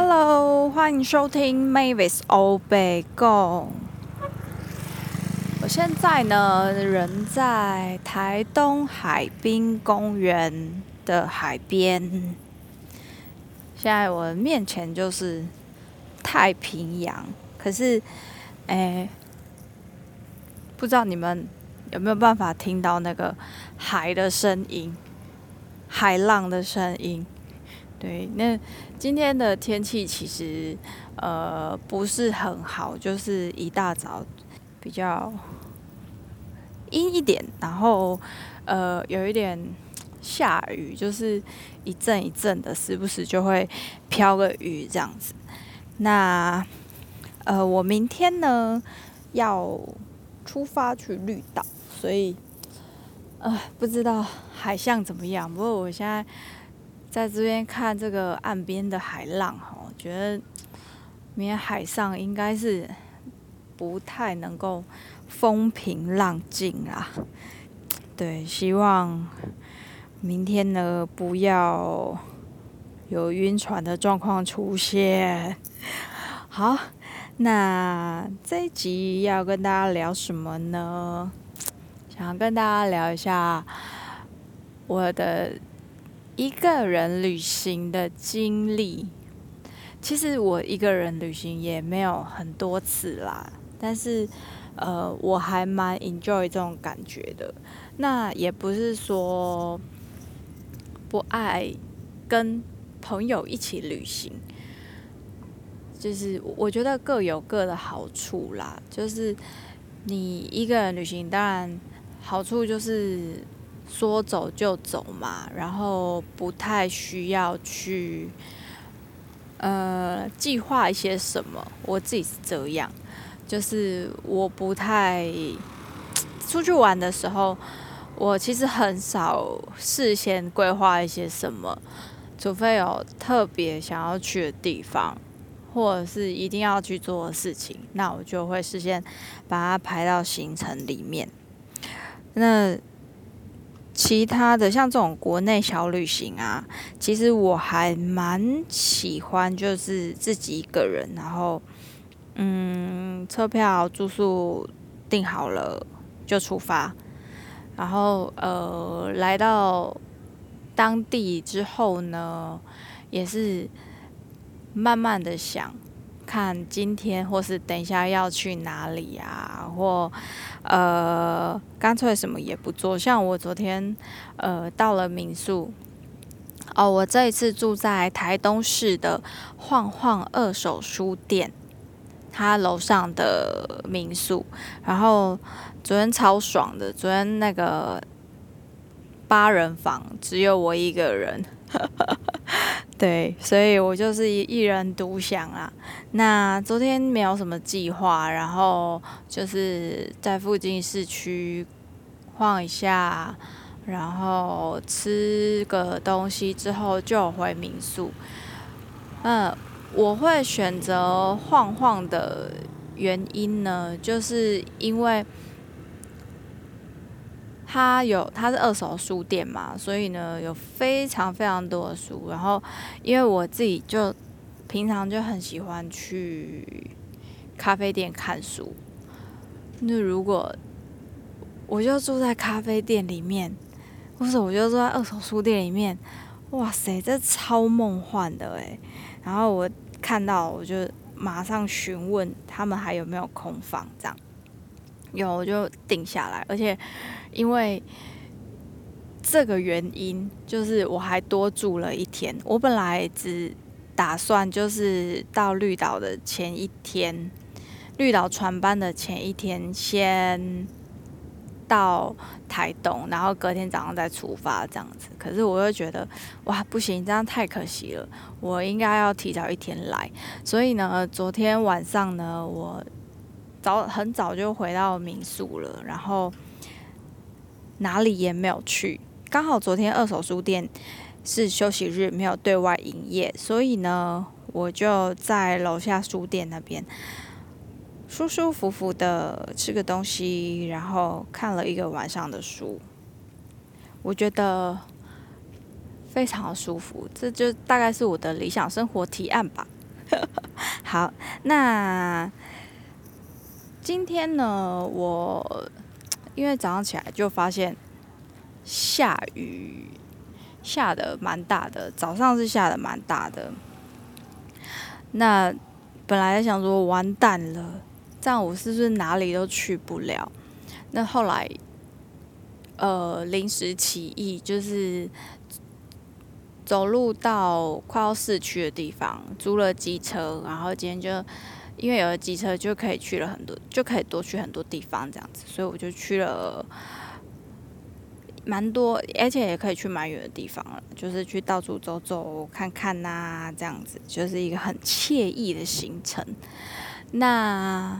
Hello，欢迎收听 Mavis 欧北共。我现在呢，人在台东海滨公园的海边。现在我面前就是太平洋，可是，不知道你们有没有办法听到那个海的声音，海浪的声音。对，那今天的天气其实不是很好，就是一大早比较阴一点，然后有一点下雨，就是一阵一阵的，时不时就会飘个雨这样子。那我明天呢要出发去绿岛，所以不知道海象怎么样。不过我现在在这边看这个岸边的海浪，我觉得明天海上应该是不太能够风平浪静啦。对，希望明天呢不要有晕船的状况出现。好，那这一集要跟大家聊什么呢？想要跟大家聊一下我的一个人旅行的经历。其实我一个人旅行也没有很多次啦，但是我还蛮 enjoy 这种感觉的。那也不是说不爱跟朋友一起旅行，就是我觉得各有各的好处啦。就是你一个人旅行，当然好处就是说走就走嘛，然后不太需要去计划一些什么。我自己是这样，就是我不太出去玩的时候，我其实很少事先规划一些什么，除非有特别想要去的地方，或者是一定要去做的事情，那我就会事先把它排到行程里面。那其他的像这种国内小旅行啊，其实我还蛮喜欢，就是自己一个人，然后车票、住宿订好了就出发，然后来到当地之后呢，也是慢慢的想看今天或是等一下要去哪里啊，或干脆什么也不做。像我昨天到了民宿，我这一次住在台东市的晃晃二手书店，它楼上的民宿。然后昨天超爽的，昨天那个8人房只有我一个人。对，所以我就是一人独享啦。那昨天没有什么计划，然后就是在附近市区晃一下，然后吃个东西之后就回民宿。我会选择晃晃的原因呢，就是因为它是二手书店嘛，所以呢有非常非常多的书。然后因为我自己就平常就很喜欢去咖啡店看书，那如果我就住在咖啡店里面，或者我就住在二手书店里面，哇塞，这超梦幻的诶。然后我看到我就马上询问他们还有没有空房，这样有我就定下来。而且因为这个原因，就是我还多住了一天。我本来只打算就是到绿岛的前一天，绿岛船班的前一天先到台东，然后隔天早上再出发这样子。可是我又觉得，哇，不行，这样太可惜了，我应该要提早一天来。所以呢，昨天晚上呢，我很早就回到民宿了，然后哪里也没有去。刚好昨天二手书店是休息日，没有对外营业，所以呢，我就在楼下书店那边舒舒服服的吃个东西，然后看了一个晚上的书，我觉得非常的舒服。这就大概是我的理想生活提案吧。 好，那今天呢，我因为早上起来就发现下雨，下的蛮大的，早上是下的蛮大的。那本来想说完蛋了，这样我是不是哪里都去不了？那后来临时起意，就是走路到快要市区的地方，租了机车，然后今天就因为有了机车，就可以去了很多，就可以多去很多地方这样子，所以我就去了蛮多，而且也可以去蛮远的地方了，就是去到处走走看看呐、这样子就是一个很惬意的行程。那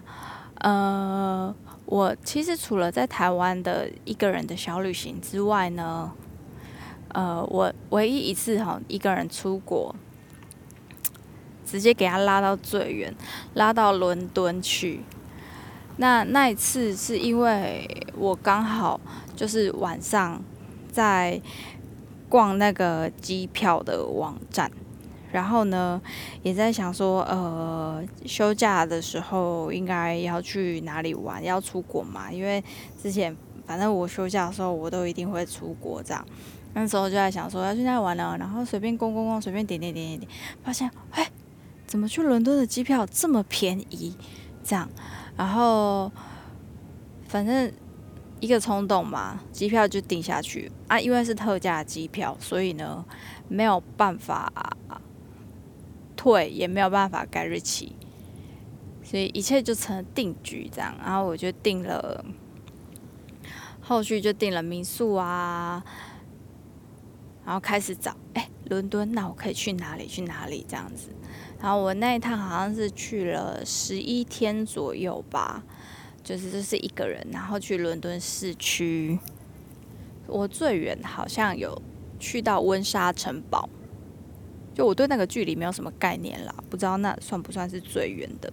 我其实除了在台湾的一个人的小旅行之外呢，我唯一一次一个人出国，直接给他拉到最远，拉到伦敦去。那一次是因为我刚好就是晚上在逛那个机票的网站，然后呢也在想说，休假的时候应该要去哪里玩，要出国嘛？因为之前反正我休假的时候我都一定会出国这样。那时候就在想说要去哪里玩呢，然后随便逛，随便点，发现怎么去伦敦的机票这么便宜？这样，然后反正一个冲动嘛，机票就订下去啊。因为是特价机票，所以呢没有办法退，也没有办法改日期，所以一切就成了定局这样。然后我就订了，后续就订了民宿啊。然后开始找，伦敦，那我可以去哪里？去哪里这样子？然后我那一趟好像是去了11天左右吧，就是一个人，然后去伦敦市区。我最远好像有去到温莎城堡，就我对那个距离没有什么概念啦，不知道那算不算是最远的。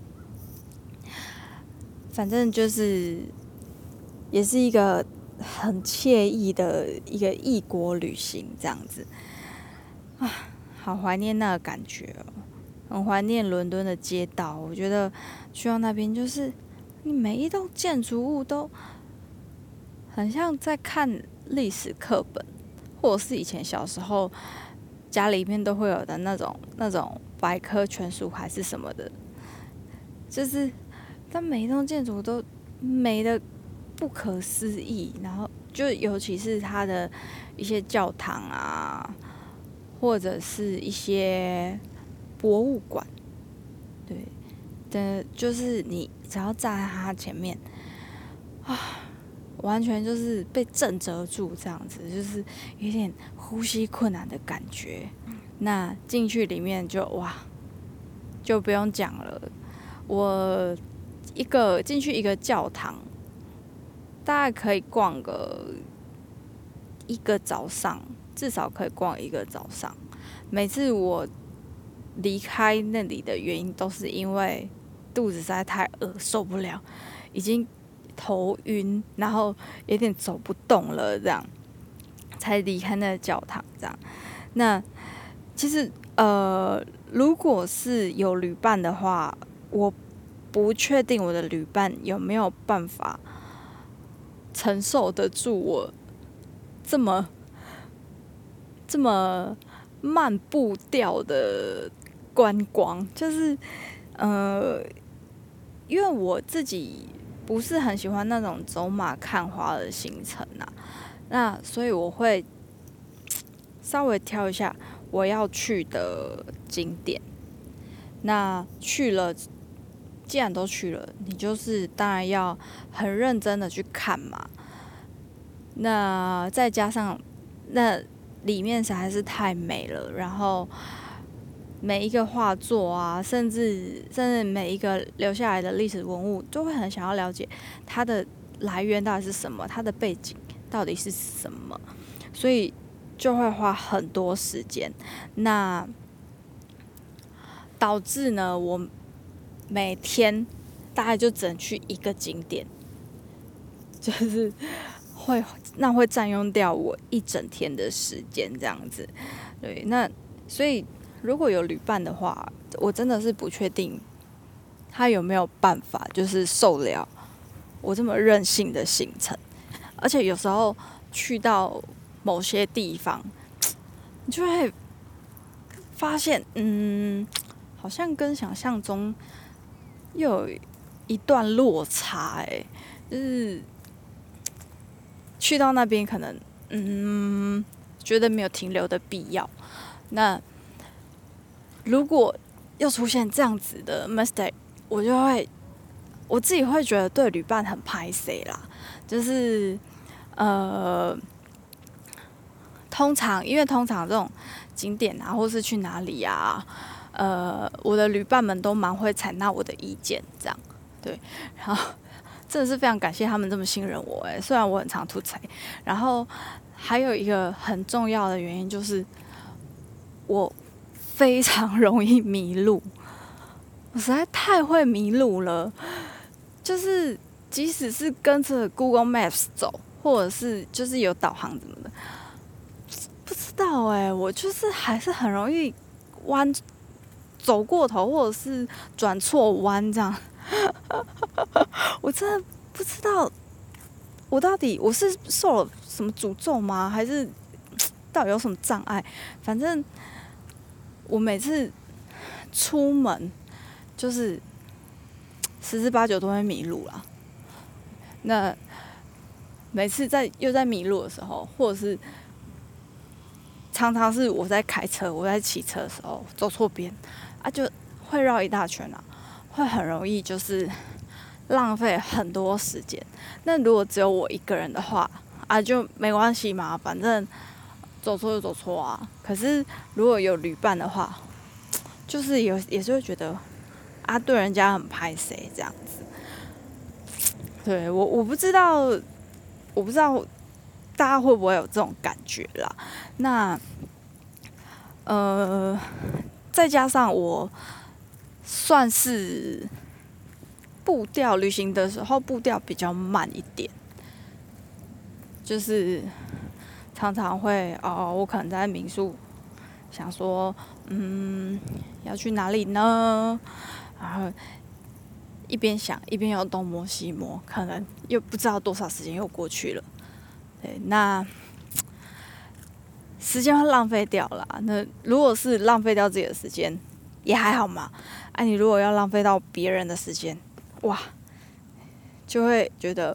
反正就是也是一个很惬意的一个异国旅行，这样子啊，好怀念那个感觉哦，很怀念伦敦的街道。我觉得去到那边，就是你每一栋建筑物都很像在看历史课本，或者是以前小时候家里面都会有的那种百科全书还是什么的，就是但每一栋建筑都美的不可思议，然后就尤其是它的一些教堂啊，或者是一些博物馆，对的，就是你只要站在它前面啊，完全就是被震慑住，这样子就是有点呼吸困难的感觉。那进去里面就哇，就不用讲了，我进去一个教堂，大概可以逛个一个早上，至少可以逛一个早上。每次我离开那里的原因，都是因为肚子实在太饿，受不了，已经头晕，然后有点走不动了，这样才离开那个教堂。这样，那其实如果是有旅伴的话，我不确定我的旅伴有没有办法承受得住我这么慢步调的观光，就是因为我自己不是很喜欢那种走马看花的行程啊，那所以我会稍微挑一下我要去的景点。那去了，既然都去了，你就是当然要很认真的去看嘛。那再加上那里面实在是太美了，然后每一个画作啊，甚至每一个留下来的历史文物，都会很想要了解它的来源到底是什么，它的背景到底是什么，所以就会花很多时间。那导致呢，我每天大概就只能去一个景点，就是会占用掉我一整天的时间这样子。对，那所以如果有旅伴的话，我真的是不确定他有没有办法，就是受了我这么任性的行程。而且有时候去到某些地方，你就会发现，好像跟想象中又有一段落差，就是去到那边可能，觉得没有停留的必要。那如果又出现这样子的 mistake，我自己会觉得对旅伴很拍谁啦，就是通常这种景点啊，或是去哪里啊，我的旅伴们都蛮会采纳我的意见，这样对，然后真的是非常感谢他们这么信任我，虽然我很常出差，然后还有一个很重要的原因就是我非常容易迷路，我实在太会迷路了，就是即使是跟着 Google Maps 走，或者是就是有导航什么的。不知道我就是还是很容易走过头，或者是转错弯这样。我真的不知道，我是受了什么诅咒吗？还是到底有什么障碍？反正我每次出门就是十之八九都会迷路啦。那每次又在迷路的时候，或者是常常是我在开车、我在骑车的时候走错边啊，就会绕一大圈啊，会很容易就是浪费很多时间。那如果只有我一个人的话啊，就没关系嘛，反正走错就走错啊。可是如果有旅伴的话，就是也是会觉得啊，对人家很拍谁这样子。对，我不知道大家会不会有这种感觉啦？那再加上我算是旅行的时候步调比较慢一点，就是常常会我可能在民宿想说，要去哪里呢？然后一边想一边又东摸西摸，可能又不知道多少时间又过去了。对，那时间会浪费掉啦。那如果是浪费掉自己的时间，也还好嘛。你如果要浪费到别人的时间，哇，就会觉得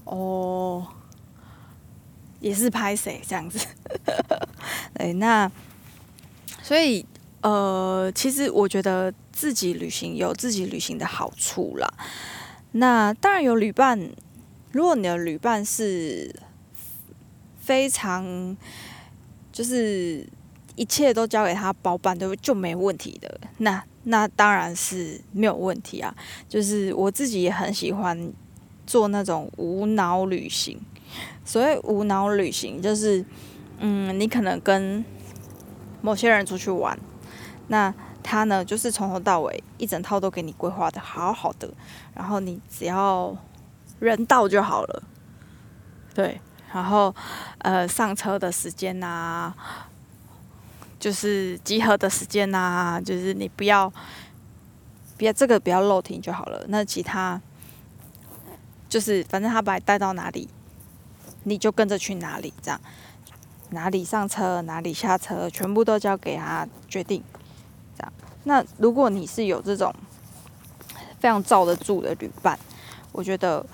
也是拍谁这样子。对，那所以其实我觉得自己旅行有自己旅行的好处啦。那当然有旅伴，如果你的旅伴是非常就是一切都交给他包办就没问题的，那当然是没有问题啊。就是我自己也很喜欢做那种无脑旅行。所谓无脑旅行，就是你可能跟某些人出去玩，那他呢就是从头到尾一整套都给你规划的好好的，然后你只要人到就好了，对，然后上车的时间啊，就是集合的时间啊，就是你不要这个不要漏停就好了，那其他就是反正他把你带到哪里，你就跟着去哪里，这样哪里上车哪里下车，全部都交给他决定。这样，那如果你是有这种非常罩得住的旅伴，我觉得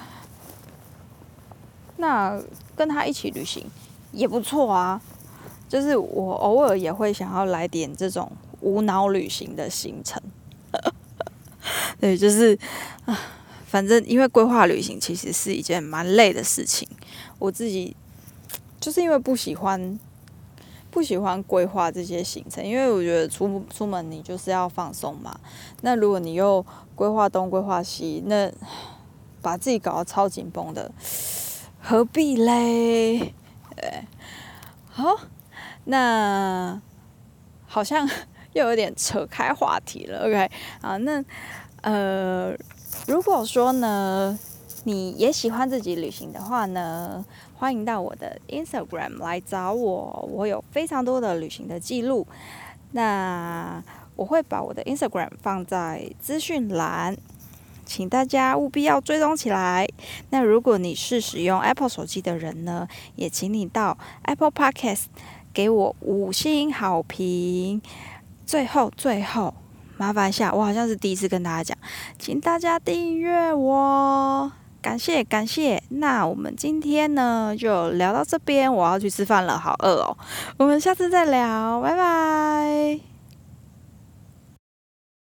那跟他一起旅行也不错啊。就是我偶尔也会想要来点这种无脑旅行的行程。对，就是反正因为规划旅行其实是一件蛮累的事情，我自己就是因为不喜欢规划这些行程，因为我觉得出门你就是要放松嘛。那如果你又规划东规划西，那把自己搞得超紧绷的，何必嘞？好，那好像又有点扯开话题了。OK， 那如果说呢，你也喜欢自己旅行的话呢，欢迎到我的 Instagram 来找我，我有非常多的旅行的记录。 那我会把我的 Instagram 放在资讯栏，请大家务必要追踪起来。那如果你是使用 Apple 手机的人呢，也请你到 Apple Podcast 给我5星好评。最后，麻烦一下，我好像是第一次跟大家讲，请大家订阅我，感谢。那我们今天呢就聊到这边，我要去吃饭了，好饿哦。我们下次再聊，拜拜。